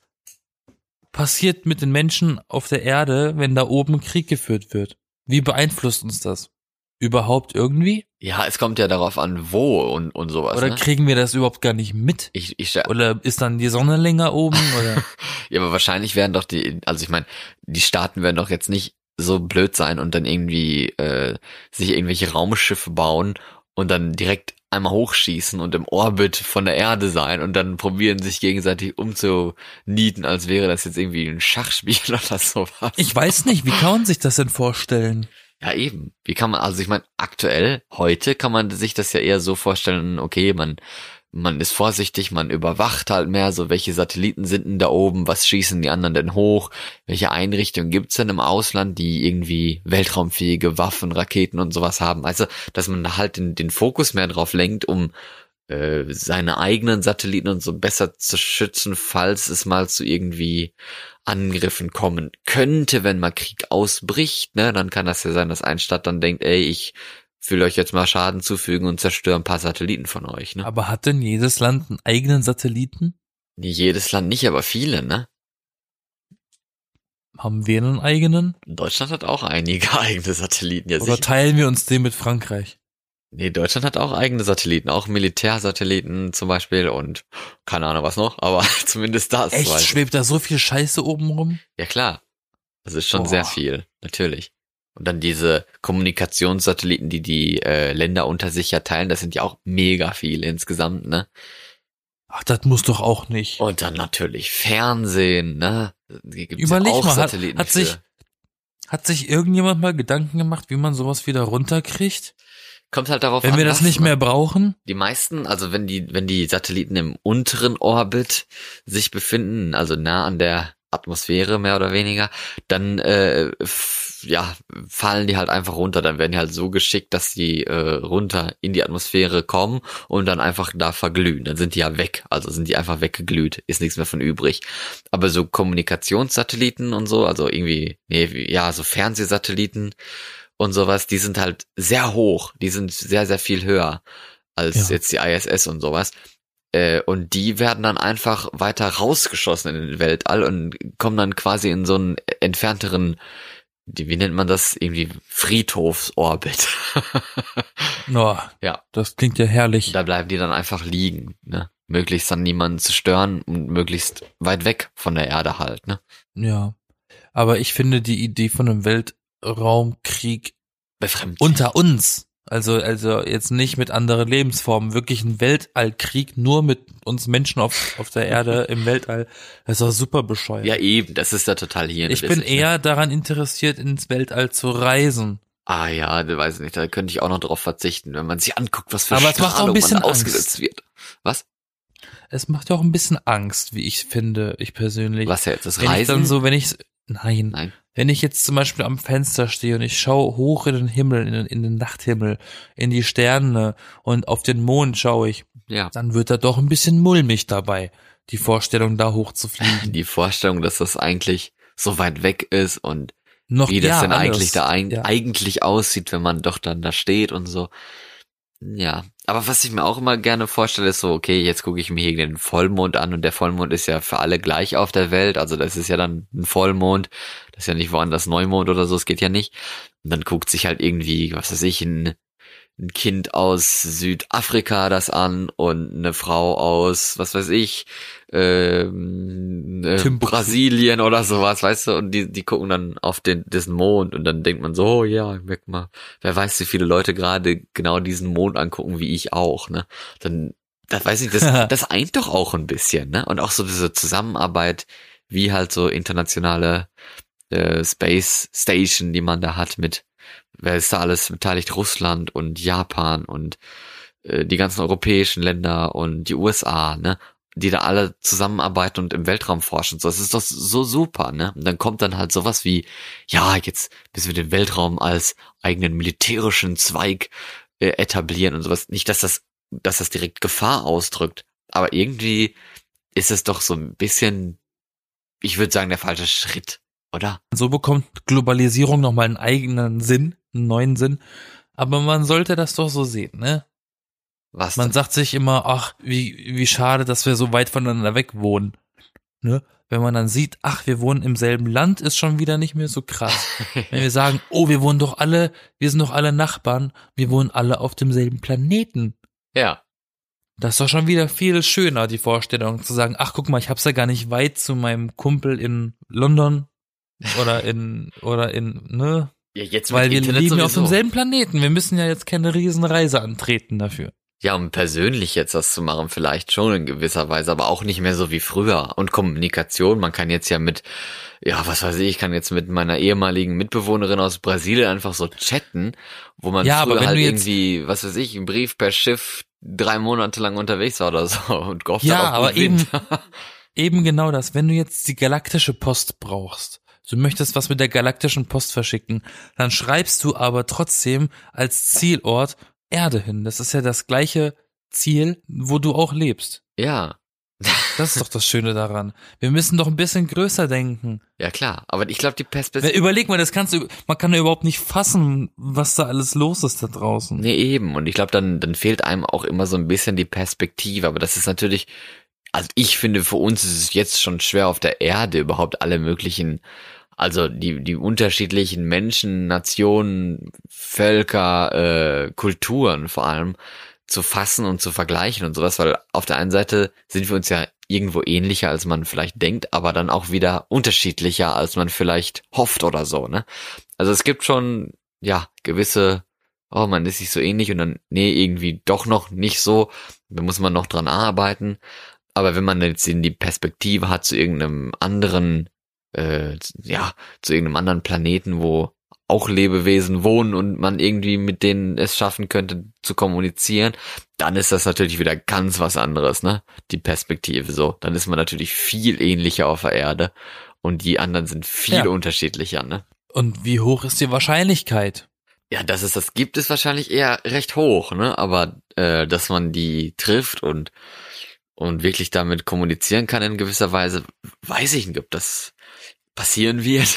passiert mit den Menschen auf der Erde, wenn da oben Krieg geführt wird? Wie beeinflusst uns das? Überhaupt irgendwie? ja, es kommt ja darauf an, wo und, und sowas, Oder ne? kriegen wir das überhaupt gar nicht mit? Ich, ich, ja, Oder ist dann die Sonne länger oben? Oder? aber wahrscheinlich werden doch die, also ich meine, die Staaten werden doch jetzt nicht so blöd sein und dann irgendwie äh, sich irgendwelche Raumschiffe bauen und dann direkt einmal hochschießen und im Orbit von der Erde sein und dann probieren sich gegenseitig umzunieten, als wäre das jetzt irgendwie ein Schachspiel oder sowas. Ich weiß nicht, wie kann man sich das denn vorstellen? Ja, eben. Wie kann man, also ich meine, aktuell, heute kann man sich das ja eher so vorstellen, okay, man, man ist vorsichtig, man überwacht halt mehr, so welche Satelliten sind denn da oben, was schießen die anderen denn hoch, welche Einrichtungen gibt's denn im Ausland, die irgendwie weltraumfähige Waffen, Raketen und sowas haben. Also, dass man da halt den, den Fokus mehr drauf lenkt, um äh, seine eigenen Satelliten und so besser zu schützen, falls es mal zu irgendwie Angriffen kommen könnte, wenn mal Krieg ausbricht, ne, dann kann das ja sein, dass ein Staat dann denkt, ey, ich will euch jetzt mal Schaden zufügen und zerstöre ein paar Satelliten von euch, ne? Aber hat denn jedes Land einen eigenen Satelliten? Nee, jedes Land nicht, aber viele, ne? Haben wir einen eigenen? Deutschland hat auch einige eigene Satelliten, ja Oder sicher. teilen wir uns den mit Frankreich? Nee, Deutschland hat auch eigene Satelliten, auch Militärsatelliten zum Beispiel und keine Ahnung was noch, aber zumindest das. Echt? weiß ich. Schwebt da so viel Scheiße oben rum? Ja klar, das ist schon Boah. sehr viel, natürlich. Und dann diese Kommunikationssatelliten, die die äh, Länder unter sich ja teilen, das sind ja auch mega viele insgesamt, ne? Ach, das muss doch auch nicht. Und dann natürlich Fernsehen, ne? Hier gibt's Überleg ja auch mal, hat, Satelliten hat für. sich, hat sich irgendjemand mal Gedanken gemacht, wie man sowas wieder runterkriegt? Kommt halt darauf Wenn an, wir das was, nicht ne? mehr brauchen? Die meisten, also wenn die, wenn die Satelliten im unteren Orbit sich befinden, also nah an der Atmosphäre mehr oder weniger, dann äh, f- ja fallen die halt einfach runter. Dann werden die halt so geschickt, dass die äh, runter in die Atmosphäre kommen und dann einfach da verglühen. Dann sind die ja weg, also sind die einfach weggeglüht, ist nichts mehr von übrig. Aber so Kommunikationssatelliten und so, also irgendwie, nee, wie- ja, so Fernsehsatelliten und sowas, die sind halt sehr hoch, die sind sehr, sehr viel höher als Ja. jetzt die I S S und sowas. Äh, und die werden dann einfach weiter rausgeschossen in den Weltall und kommen dann quasi in so einen entfernteren, die, wie nennt man das, irgendwie Friedhofsorbit. Oh, Ja. das klingt ja herrlich. Da bleiben die dann einfach liegen, ne? möglichst dann niemanden zu stören und möglichst weit weg von der Erde halt, ne? Ja. Aber ich finde die Idee von einem Weltraumkrieg Befremdlich. unter uns, also also jetzt nicht mit anderen Lebensformen, wirklich ein Weltallkrieg nur mit uns Menschen auf auf der Erde im Weltall, das ist doch super bescheuert. Ja eben, das ist ja total hier. Ich bin eher daran interessiert, ins Weltall zu reisen. Ah ja, du weißt nicht, da könnte ich auch noch drauf verzichten, wenn man sich anguckt, was für Aber es macht auch ein Strahlung bisschen man ausgesetzt Angst. wird. Was? Es macht ja auch ein bisschen Angst, wie ich finde, ich persönlich. Was ja jetzt, das Wenn ich Reisen? dann so, wenn ich, nein, Nein. wenn ich jetzt zum Beispiel am Fenster stehe und ich schaue hoch in den Himmel, in den, in den Nachthimmel, in die Sterne und auf den Mond schaue ich, Ja. dann wird da doch ein bisschen mulmig dabei, die Vorstellung, da hochzufliegen. Die Vorstellung, dass das eigentlich so weit weg ist und Noch, wie das ja, denn alles. eigentlich da ein, Ja. eigentlich aussieht, wenn man doch dann da steht und so. Ja, aber was ich mir auch immer gerne vorstelle, ist so, okay, jetzt gucke ich mir hier den Vollmond an und der Vollmond ist ja für alle gleich auf der Welt, also das ist ja dann ein Vollmond, das ist ja nicht woanders Neumond oder so, es geht ja nicht. Und dann guckt sich halt irgendwie, was weiß ich, ein, ein Kind aus Südafrika das an und eine Frau aus, was weiß ich, ähm, äh, Timbuktu. Brasilien oder sowas, weißt du, und die, die gucken dann auf den, diesen Mond und dann denkt man so, oh ja, merk mal, wer weiß, wie viele Leute gerade genau diesen Mond angucken, wie ich auch, ne, dann, das weiß ich, das, das eint doch auch ein bisschen, ne, und auch so diese Zusammenarbeit, wie halt so internationale äh, Space Station, die man da hat mit, wer ist da alles beteiligt, Russland und Japan und äh, die ganzen europäischen Länder und die U S A, ne, die da alle zusammenarbeiten und im Weltraum forschen. So, das ist doch so super, ne? Und dann kommt dann halt sowas wie, ja, jetzt müssen wir den Weltraum als eigenen militärischen Zweig äh, etablieren und sowas. Nicht, dass das, dass das direkt Gefahr ausdrückt, aber irgendwie ist es doch so ein bisschen, ich würde sagen, der falsche Schritt, oder? So bekommt Globalisierung nochmal einen eigenen Sinn, einen neuen Sinn. Aber man sollte das doch so sehen, ne? Was Man denn? sagt sich immer, ach, wie, wie schade, dass wir so weit voneinander weg wohnen. Ne? Wenn man dann sieht, ach, wir wohnen im selben Land, ist schon wieder nicht mehr so krass. Wenn wir sagen, oh, wir wohnen doch alle, wir sind doch alle Nachbarn, wir wohnen alle auf demselben Planeten. Ja. Das ist doch schon wieder viel schöner, die Vorstellung, zu sagen, ach, guck mal, ich hab's ja gar nicht weit zu meinem Kumpel in London oder in, oder in, ne? Ja, jetzt mit Weil wir Internet leben ja auf sowieso. demselben Planeten. Wir müssen ja jetzt keine Riesenreise antreten dafür. Ja, um persönlich jetzt das zu machen, vielleicht schon in gewisser Weise, aber auch nicht mehr so wie früher. Und Kommunikation, man kann jetzt ja mit, ja, was weiß ich, ich kann jetzt mit meiner ehemaligen Mitbewohnerin aus Brasilien einfach so chatten, wo man Ja, aber früher wenn halt du jetzt- irgendwie, was weiß ich, einen Brief per Schiff drei Monate lang unterwegs war oder so und gehofft Ja, hat auf aber gut Wind. Eben genau das. Wenn du jetzt die galaktische Post brauchst, du möchtest was mit der galaktischen Post verschicken, dann schreibst du aber trotzdem als Zielort Erde hin. Das ist ja das gleiche Ziel, wo du auch lebst. Ja, Das ist doch das Schöne daran. Wir müssen doch ein bisschen größer denken. ja klar, aber ich glaube, die Perspektive... Überleg mal, das kannst du, man kann ja überhaupt nicht fassen, was da alles los ist da draußen. Nee, eben. Und ich glaube, dann, dann fehlt einem auch immer so ein bisschen die Perspektive. Aber das ist natürlich, also ich finde, für uns ist es jetzt schon schwer auf der Erde überhaupt alle möglichen, also die, die unterschiedlichen Menschen, Nationen, Völker, äh, Kulturen vor allem zu fassen und zu vergleichen und sowas, weil auf der einen Seite sind wir uns ja irgendwo ähnlicher, als man vielleicht denkt, aber dann auch wieder unterschiedlicher, als man vielleicht hofft oder so, ne? Also es gibt schon, ja, gewisse, oh, man ist sich so ähnlich und dann, nee, irgendwie doch noch nicht so, da muss man noch dran arbeiten, aber wenn man jetzt in die Perspektive hat zu irgendeinem anderen, äh, ja, zu irgendeinem anderen Planeten, wo auch Lebewesen wohnen und man irgendwie mit denen es schaffen könnte zu kommunizieren, dann ist das natürlich wieder ganz was anderes, ne? Die Perspektive so. Dann ist man natürlich viel ähnlicher auf der Erde und die anderen sind viel Ja. unterschiedlicher, ne? Und wie hoch ist die Wahrscheinlichkeit? Ja, dass es das gibt, ist wahrscheinlich eher recht hoch, ne? Aber äh, dass man die trifft und und wirklich damit kommunizieren kann in gewisser Weise, weiß ich nicht, ob das passieren wird.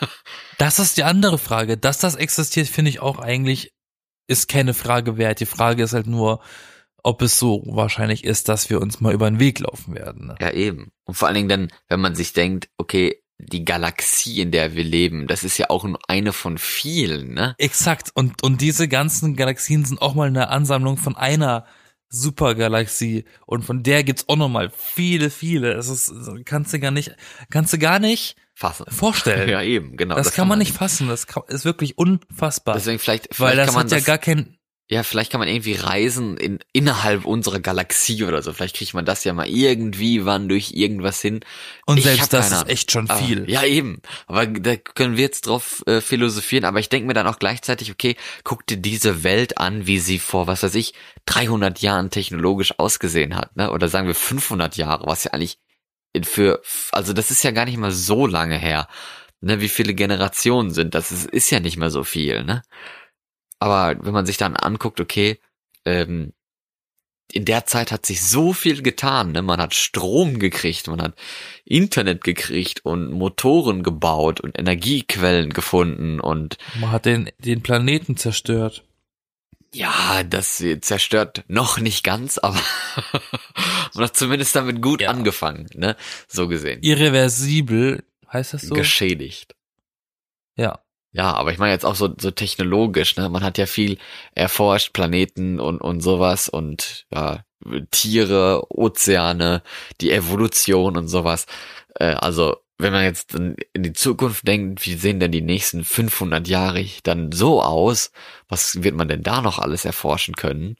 Das ist die andere Frage. Dass das existiert, finde ich auch eigentlich, ist keine Frage wert. Die Frage ist halt nur, ob es so wahrscheinlich ist, dass wir uns mal über den Weg laufen werden. Ne? Ja, eben. Und vor allen Dingen dann, wenn man sich denkt, okay, die Galaxie, in der wir leben, das ist ja auch nur eine von vielen, ne? Exakt. Und, und diese ganzen Galaxien sind auch mal eine Ansammlung von einer Supergalaxie und von der gibt's auch nochmal viele, viele. Es ist, kannst du gar nicht, kannst du gar nicht fassen. Vorstellen. Ja, eben, genau. Das, das kann man nicht fassen. Das kann, ist wirklich unfassbar. Deswegen vielleicht, vielleicht weil das kann man hat ja das, gar kein, ja, vielleicht kann man irgendwie reisen in, innerhalb unserer Galaxie oder so. Vielleicht kriegt man das ja mal irgendwie wann durch irgendwas hin. Und Ich hab selbst das keine ist Ahnung. echt schon Aber, viel. ja, eben. Aber da können wir jetzt drauf äh, philosophieren. Aber ich denke mir dann auch gleichzeitig, okay, guck dir diese Welt an, wie sie vor, was weiß ich, dreihundert Jahren technologisch ausgesehen hat, ne? Oder sagen wir fünfhundert Jahre, was ja eigentlich für, also das ist ja gar nicht mal so lange her, ne? Wie viele Generationen sind das? ist, ist ja nicht mehr so viel, ne? Aber wenn man sich dann anguckt, okay, ähm, in der Zeit hat sich so viel getan, ne? Man hat Strom gekriegt, man hat Internet gekriegt und Motoren gebaut und Energiequellen gefunden und Man hat den, den Planeten zerstört. ja, das zerstört noch nicht ganz, aber man hat zumindest damit gut Ja. angefangen, ne? So gesehen. Irreversibel, heißt das so? Geschädigt. Ja. Ja, aber ich meine jetzt auch so, so technologisch, ne? Man hat ja viel erforscht, Planeten und, und sowas und ja, Tiere, Ozeane, die Evolution und sowas. Äh, also, wenn man jetzt in die Zukunft denkt, wie sehen denn die nächsten fünfhundert Jahre dann so aus? Was wird man denn da noch alles erforschen können?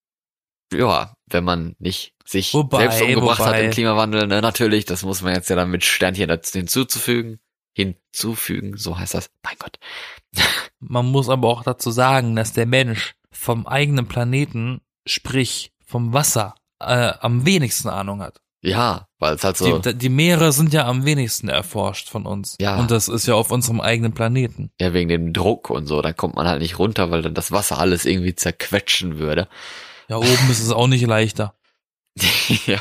Ja, wenn man nicht sich Wobei, selbst umgebracht hat wobei. im Klimawandel, ne? Natürlich, das muss man jetzt ja dann mit Sternchen dazu hinzuzufügen. Hinzufügen, so heißt das. Mein Gott. Man muss aber auch dazu sagen, dass der Mensch vom eigenen Planeten, sprich vom Wasser, äh, am wenigsten Ahnung hat. Ja, weil es halt so, Die, die Meere sind ja am wenigsten erforscht von uns. Ja. Und das ist ja auf unserem eigenen Planeten. ja, wegen dem Druck und so, da kommt man halt nicht runter, weil dann das Wasser alles irgendwie zerquetschen würde. Ja, oben ist es auch nicht leichter. Ja.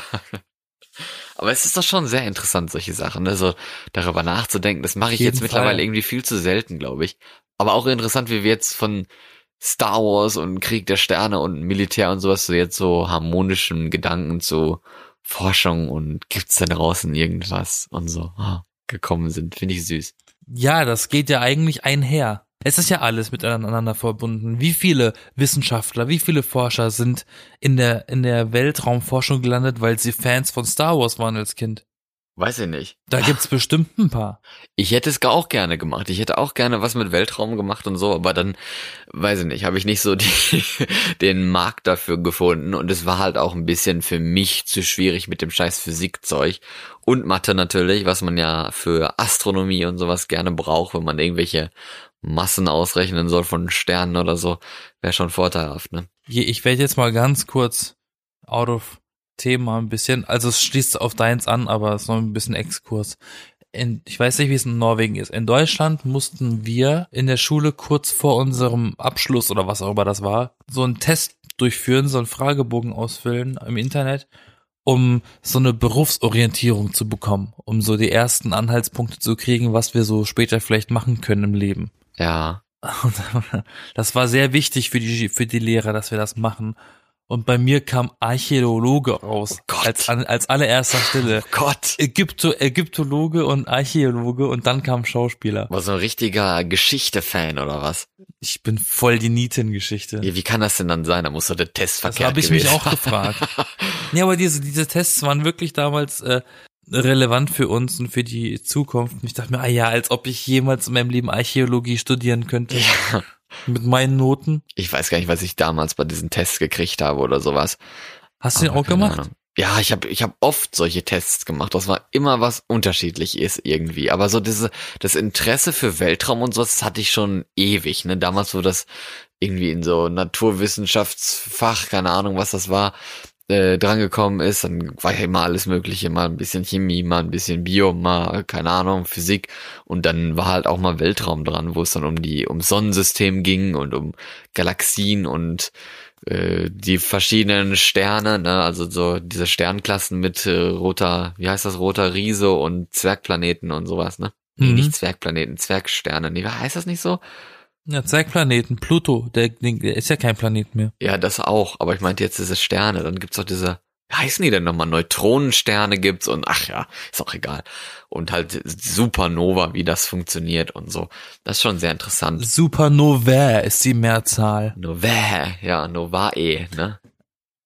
Aber es ist doch schon sehr interessant, solche Sachen, ne? So darüber nachzudenken. Das mache ich jeden jetzt mittlerweile Fall. irgendwie viel zu selten, glaube ich. Aber auch interessant, wie wir jetzt von Star Wars und Krieg der Sterne und Militär und sowas so jetzt so harmonischen Gedanken zu Forschung und gibt's da draußen irgendwas und so ah, gekommen sind. Finde ich süß. Ja, das geht ja eigentlich einher. Es ist ja alles miteinander verbunden. Wie viele Wissenschaftler, wie viele Forscher sind in der, in der Weltraumforschung gelandet, weil sie Fans von Star Wars waren als Kind? Weiß ich nicht. Da gibt's bestimmt ein paar. Ich hätte es auch gerne gemacht. Ich hätte auch gerne was mit Weltraum gemacht und so, aber dann, weiß ich nicht, habe ich nicht so die, den Markt dafür gefunden und es war halt auch ein bisschen für mich zu schwierig mit dem scheiß Physikzeug und Mathe natürlich, was man ja für Astronomie und sowas gerne braucht, wenn man irgendwelche Massen ausrechnen soll von Sternen oder so, wäre schon vorteilhaft, ne? Je- Ich werde jetzt mal ganz kurz out of Thema ein bisschen, also es schließt auf deins an, aber es ist noch ein bisschen Exkurs. In, ich weiß nicht, wie es in Norwegen ist. In Deutschland mussten wir in der Schule kurz vor unserem Abschluss oder was auch immer das war, so einen Test durchführen, so einen Fragebogen ausfüllen im Internet, um so eine Berufsorientierung zu bekommen, um so die ersten Anhaltspunkte zu kriegen, was wir so später vielleicht machen können im Leben. Ja. Und das war sehr wichtig für die, für die Lehrer, dass wir das machen. Und bei mir kam Archäologe raus. Oh Gott. als, an- als allererster Stelle. Oh Gott. Ägypto, Ägyptologe und Archäologe und dann kam Schauspieler. War so ein richtiger Geschichte-Fan oder was? Ich bin voll die Nietengeschichte. Ja, wie kann das denn dann sein? Da muss doch der Test Das verkehrt habe ich mich gewesen auch gefragt. Ja, aber diese, diese Tests waren wirklich damals äh, relevant für uns und für die Zukunft. Und ich dachte mir, ah ja, als ob ich jemals in meinem Leben Archäologie studieren könnte. Ja. Mit meinen Noten. Ich weiß gar nicht, was ich damals bei diesen Tests gekriegt habe oder sowas. Hast du den Aber auch keine gemacht? Ahnung. Ja, ich habe ich hab oft solche Tests gemacht. Das war immer was unterschiedlich ist irgendwie. Aber so diese das Interesse für Weltraum und sowas, das hatte ich schon ewig. Ne, damals, wo das irgendwie in so Naturwissenschaftsfach, keine Ahnung, was das war, äh, drangekommen ist, dann war ja immer alles Mögliche, mal ein bisschen Chemie, mal ein bisschen Bio, mal keine Ahnung Physik und dann war halt auch mal Weltraum dran, wo es dann um die um Sonnensystem ging und um Galaxien und äh, die verschiedenen Sterne, ne, also so diese Sternklassen mit äh, roter, wie heißt das, roter Riese und Zwergplaneten und sowas, ne? Nee, Mhm. nicht Zwergplaneten, Zwergsterne. Nee, heißt das nicht so? Ja, Zwergplaneten, Pluto, der, der ist ja kein Planet mehr. Ja, das auch. Aber ich meinte jetzt diese Sterne. Dann gibt's auch diese, wie heißen die denn nochmal? Neutronensterne gibt's und ach ja, ist auch egal. Und halt Supernova, wie das funktioniert und so. Das ist schon sehr interessant. Supernovae ist die Mehrzahl. Novae, ja, Novae, ne?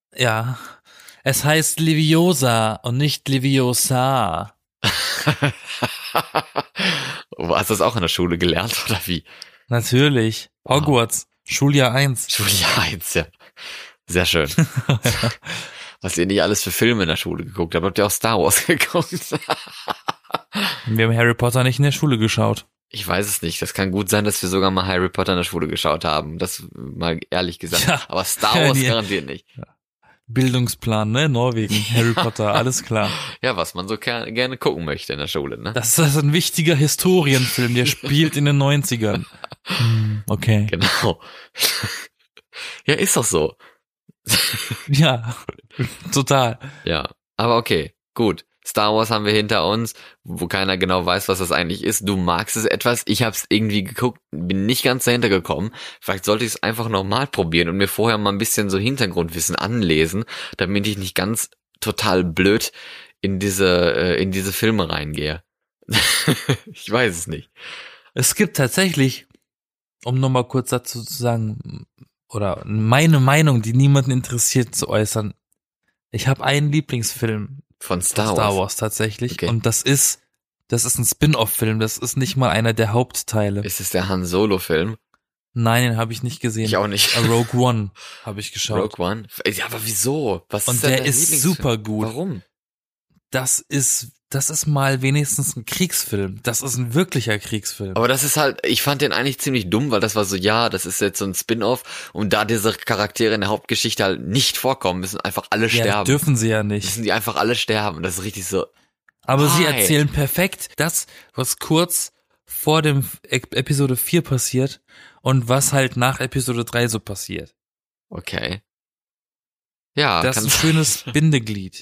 Ja. Es heißt Leviosa und nicht Leviosa. Hast du das auch in der Schule gelernt, oder wie? Natürlich. Hogwarts. Wow. Schuljahr eins. Schuljahr eins, ja. Sehr schön. Was ihr nicht alles für Filme in der Schule geguckt habt. Habt ihr auch Star Wars geguckt? Wir haben Harry Potter nicht in der Schule geschaut. Ich weiß es nicht. Das kann gut sein, dass wir sogar mal Harry Potter in der Schule geschaut haben. Das mal ehrlich gesagt. Ja. Aber Star Wars garantiert nicht. Ja. Bildungsplan, ne? Norwegen, Harry Potter, alles klar. Ja, was man so ger- gerne gucken möchte in der Schule, ne? Das ist ein wichtiger Historienfilm, der spielt in den neunzigern. Hm, okay. Genau. Ja, ist doch so. Ja, total. Ja, aber okay, gut. Star Wars haben wir hinter uns, wo keiner genau weiß, was das eigentlich ist. Du magst es etwas, ich habe es irgendwie geguckt, bin nicht ganz dahinter gekommen. Vielleicht sollte ich es einfach nochmal probieren und mir vorher mal ein bisschen so Hintergrundwissen anlesen, damit ich nicht ganz total blöd in diese äh, in diese Filme reingehe. Ich weiß es nicht. Es gibt tatsächlich, um nochmal kurz dazu zu sagen, oder meine Meinung, die niemanden interessiert, zu äußern. Ich habe einen Lieblingsfilm. Von Star Wars. Star Wars tatsächlich. Okay. Und das ist, das ist ein Spin-off-Film. Das ist nicht mal einer der Hauptteile. Ist es der Han Solo-Film? Nein, den habe ich nicht gesehen. Ich auch nicht. Rogue One habe ich geschaut. Rogue One? Ja, aber wieso? Was ist Und denn der dein ist Lieblingsfilm? super gut. Warum? Das ist, das ist mal wenigstens ein Kriegsfilm. Das ist ein wirklicher Kriegsfilm. Aber das ist halt, ich fand den eigentlich ziemlich dumm, weil das war so, ja, das ist jetzt so ein Spin-off und da diese Charaktere in der Hauptgeschichte halt nicht vorkommen, müssen einfach alle Ja, sterben. dürfen sie ja nicht. Müssen die einfach alle sterben. Das ist richtig so. Aber why? sie erzählen perfekt das, was kurz vor dem E- Episode vier passiert und was halt nach Episode drei so passiert. Okay. Ja, Das ist kann ein sein. schönes Bindeglied.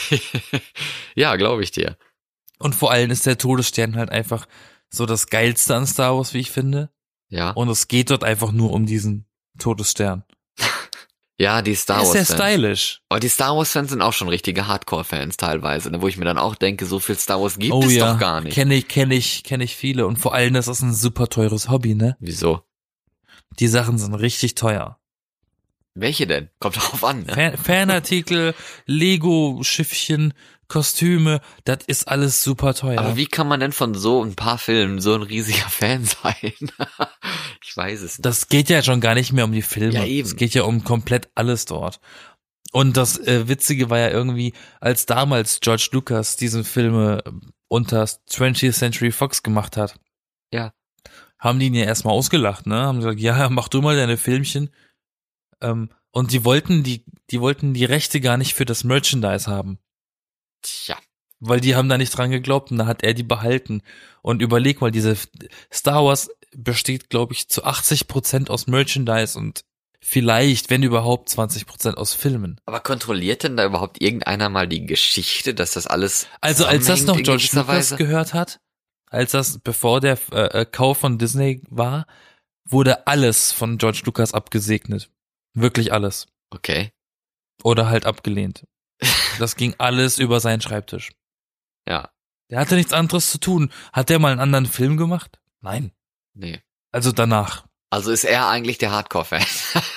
Ja, glaube ich dir. Und vor allem ist der Todesstern halt einfach so das Geilste an Star Wars, wie ich finde. Ja. Und es geht dort einfach nur um diesen Todesstern. Ja, die Star Der ist Wars sehr Fans. stylisch. Aber die Star Wars Fans sind auch schon richtige Hardcore-Fans teilweise, ne, wo ich mir dann auch denke, so viel Star Wars gibt Oh es ja, doch gar nicht. kenne ich, kenne ich, kenne ich viele. Und vor allem, das ist ein super teures Hobby, ne? Wieso? Die Sachen sind richtig teuer. Welche denn? Kommt drauf an, ne? Fan Fanartikel, Lego-Schiffchen, Kostüme, das ist alles super teuer. Aber wie kann man denn von so ein paar Filmen so ein riesiger Fan sein? Ich weiß es nicht. Das geht ja schon gar nicht mehr um die Filme. Ja, eben. Es geht ja um komplett alles dort. Und das äh, Witzige war ja irgendwie, als damals George Lucas diesen Filme unter twentieth Century Fox gemacht hat. Ja. Haben die ihn ja erstmal ausgelacht, ne? Haben gesagt, ja, mach du mal deine Filmchen. Ähm, und die wollten die, die wollten die Rechte gar nicht für das Merchandise haben. Tja. Weil die haben da nicht dran geglaubt und da hat er die behalten. Und überleg mal, diese Star Wars besteht, glaube ich, zu achtzig Prozent aus Merchandise und vielleicht, wenn überhaupt, zwanzig Prozent aus Filmen. Aber kontrolliert denn da überhaupt irgendeiner mal die Geschichte, dass das alles Also als das noch zusammenhängt in George gewisser Lucas Weise? gehört hat, als das, bevor der äh, Kauf von Disney war, wurde alles von George Lucas abgesegnet. Wirklich alles. Okay. Oder halt abgelehnt. Das ging alles über seinen Schreibtisch. Ja. Der hatte nichts anderes zu tun. Hat der mal einen anderen Film gemacht? Nein. Nee. Also danach. Also ist er eigentlich der Hardcore-Fan?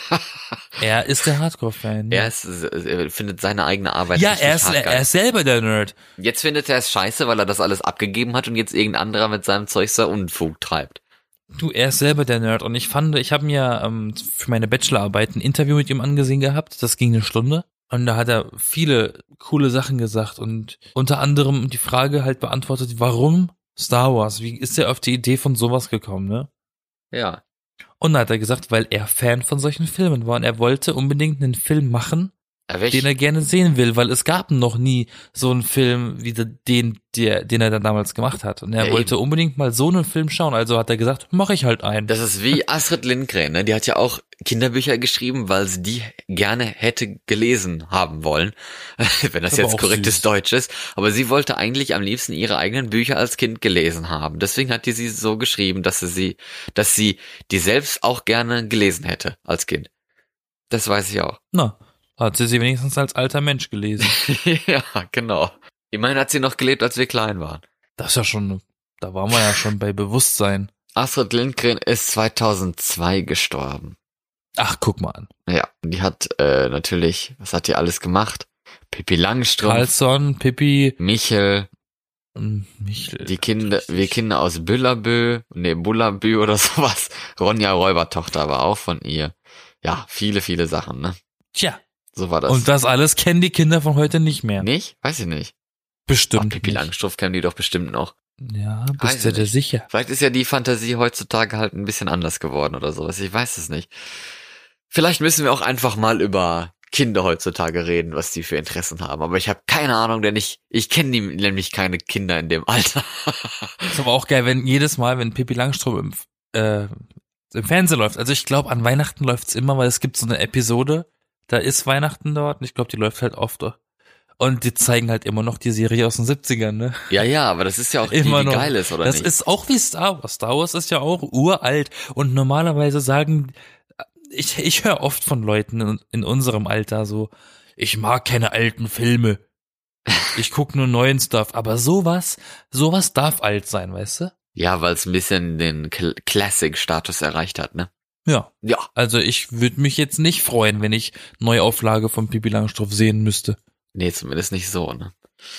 Er ist der Hardcore-Fan. Er Ja, ist, er findet seine eigene Arbeit ja richtig er, ist, hart geil. er ist selber der Nerd. Jetzt findet er es scheiße, weil er das alles abgegeben hat und jetzt irgendein anderer mit seinem Zeug so Unfug treibt. Du, er ist selber der Nerd. Und ich fand, ich habe mir ähm, für meine Bachelorarbeit ein Interview mit ihm angesehen gehabt. Das ging eine Stunde. Und da hat er viele coole Sachen gesagt und unter anderem die Frage halt beantwortet, warum Star Wars? Wie ist er auf die Idee von sowas gekommen, ne? Ja. Und da hat er gesagt, weil er Fan von solchen Filmen war und er wollte unbedingt einen Film machen, Aber ich, den er gerne sehen will, weil es gab noch nie so einen Film wie den, der, den er dann damals gemacht hat. Und er Ja, wollte eben. unbedingt mal so einen Film schauen. Also hat er gesagt, mache ich halt einen. das ist wie Astrid Lindgren, ne? Die hat ja auch Kinderbücher geschrieben, weil sie die gerne hätte gelesen haben wollen. Wenn das Aber jetzt auch korrektes süß. Deutsch ist. Aber sie wollte eigentlich am liebsten ihre eigenen Bücher als Kind gelesen haben. Deswegen hat die sie so geschrieben, dass sie sie, dass sie die selbst auch gerne gelesen hätte als Kind. Das weiß ich auch. Na, hat sie sie wenigstens als alter Mensch gelesen. Ja, genau. Immerhin hat sie noch gelebt, als wir klein waren. Das ist ja schon, da waren wir ja schon bei Bewusstsein. Astrid Lindgren ist zweitausendzwei gestorben. Ach, guck mal an. Ja, und die hat äh, natürlich, was hat die alles gemacht? Pippi Langstrumpf, Carlson, Pippi, Michel, und Michel. die Kinder, wir Kinder aus Büllabö, nee, Bullabü oder sowas. Ronja Räubertochter war auch von ihr. Ja, viele, viele Sachen, ne? Tja. So war das. Und das alles kennen die Kinder von heute nicht mehr. Nicht? Weiß ich nicht. Bestimmt Ach, Pippi nicht. Langstrumpf kennen die doch bestimmt noch. Ja, Weiß bist du ich dir nicht. sicher? Vielleicht ist ja die Fantasie heutzutage halt ein bisschen anders geworden oder sowas. Ich weiß es nicht. Vielleicht müssen wir auch einfach mal über Kinder heutzutage reden, was die für Interessen haben. Aber ich habe keine Ahnung, denn ich, ich kenne die nämlich keine Kinder in dem Alter. Ist aber auch geil, wenn jedes Mal, wenn Pippi Langstrumpf im, äh, im Fernsehen läuft. Also ich glaube, an Weihnachten läuft's immer, weil es gibt so eine Episode, da ist Weihnachten dort und ich glaube, die läuft halt oft. Und die zeigen halt immer noch die Serie aus den siebzigern, ne? Ja, ja, aber das ist ja auch die, Immer die noch. geil ist, oder Das nicht? ist auch wie Star Wars. Star Wars ist ja auch uralt und normalerweise sagen, ich, ich höre oft von Leuten in, in unserem Alter so, ich mag keine alten Filme. Ich guck nur neuen Stuff. Aber sowas, sowas darf alt sein, weißt du? Ja, weil es ein bisschen den Cl- Classic-Status erreicht hat, ne? Ja. Ja. Also ich würde mich jetzt nicht freuen, wenn ich Neuauflage von Pippi Langstrumpf sehen müsste. Nee, zumindest nicht so, ne?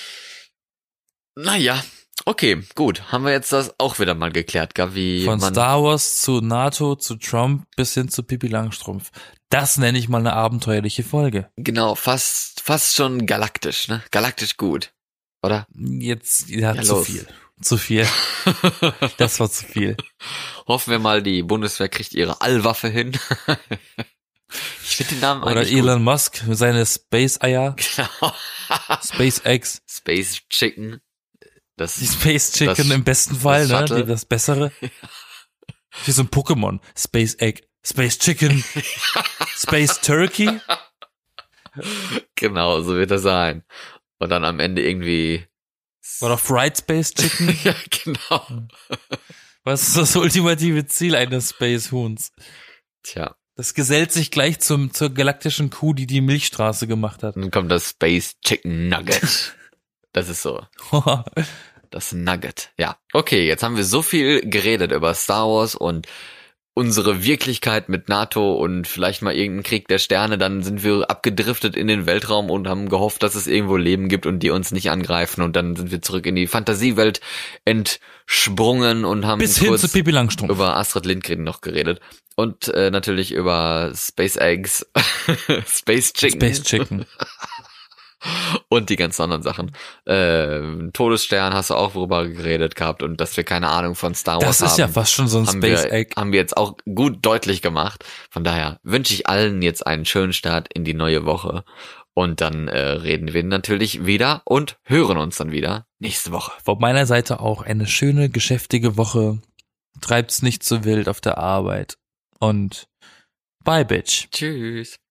Naja, okay, gut. Haben wir jetzt das auch wieder mal geklärt, gell? Wie Von man Star Wars zu NATO zu Trump bis hin zu Pippi Langstrumpf. Das nenne ich mal eine abenteuerliche Folge. genau, fast, fast schon galaktisch, ne? Galaktisch gut, oder? Jetzt, ja, Ja, zu los. viel. Zu viel. Das war zu viel. Hoffen wir mal, die Bundeswehr kriegt ihre Allwaffe hin. Ich finde den Namen Oder eigentlich Elon Musk, seine Space-Eier, gut. Genau. SpaceX, Space Chicken. Das die Space Chicken das- im besten Fall, das ne? Shuttle. Die, das Bessere. Wie so ein Pokémon. Space Egg, Space Chicken, Space Turkey. Genau, so wird er sein. Und dann am Ende irgendwie. Oder Fried Space Chicken. Ja, genau. Was ist das ultimative Ziel eines Space-Huhns? Tja, Das gesellt sich gleich zum, zur galaktischen Kuh, die die Milchstraße gemacht hat. dann kommt das Space Chicken Nugget. Das ist so. Das Nugget. Ja. Okay, jetzt haben wir so viel geredet über Star Wars und unsere Wirklichkeit mit NATO und vielleicht mal irgendeinen Krieg der Sterne. Dann sind wir abgedriftet in den Weltraum und haben gehofft, dass es irgendwo Leben gibt und die uns nicht angreifen. Und dann sind wir zurück in die Fantasiewelt entsprungen und haben Bis hin kurz zu Pippi Langstrumpf. über Astrid Lindgren noch geredet. Und äh, natürlich über Space Eggs, Space Chicken. Space Chicken. Und die ganzen anderen Sachen. Äh, Todesstern hast du auch worüber geredet gehabt und dass wir keine Ahnung von Star Wars Das ist haben. ja fast schon so ein haben Space wir, Egg. haben wir jetzt auch gut deutlich gemacht. Von daher wünsche ich allen jetzt einen schönen Start in die neue Woche. Und dann äh, reden wir natürlich wieder und hören uns dann wieder nächste Woche. Von meiner Seite auch eine schöne, geschäftige Woche. Treibt's nicht zu wild auf der Arbeit. Und bye, Bitch. Tschüss.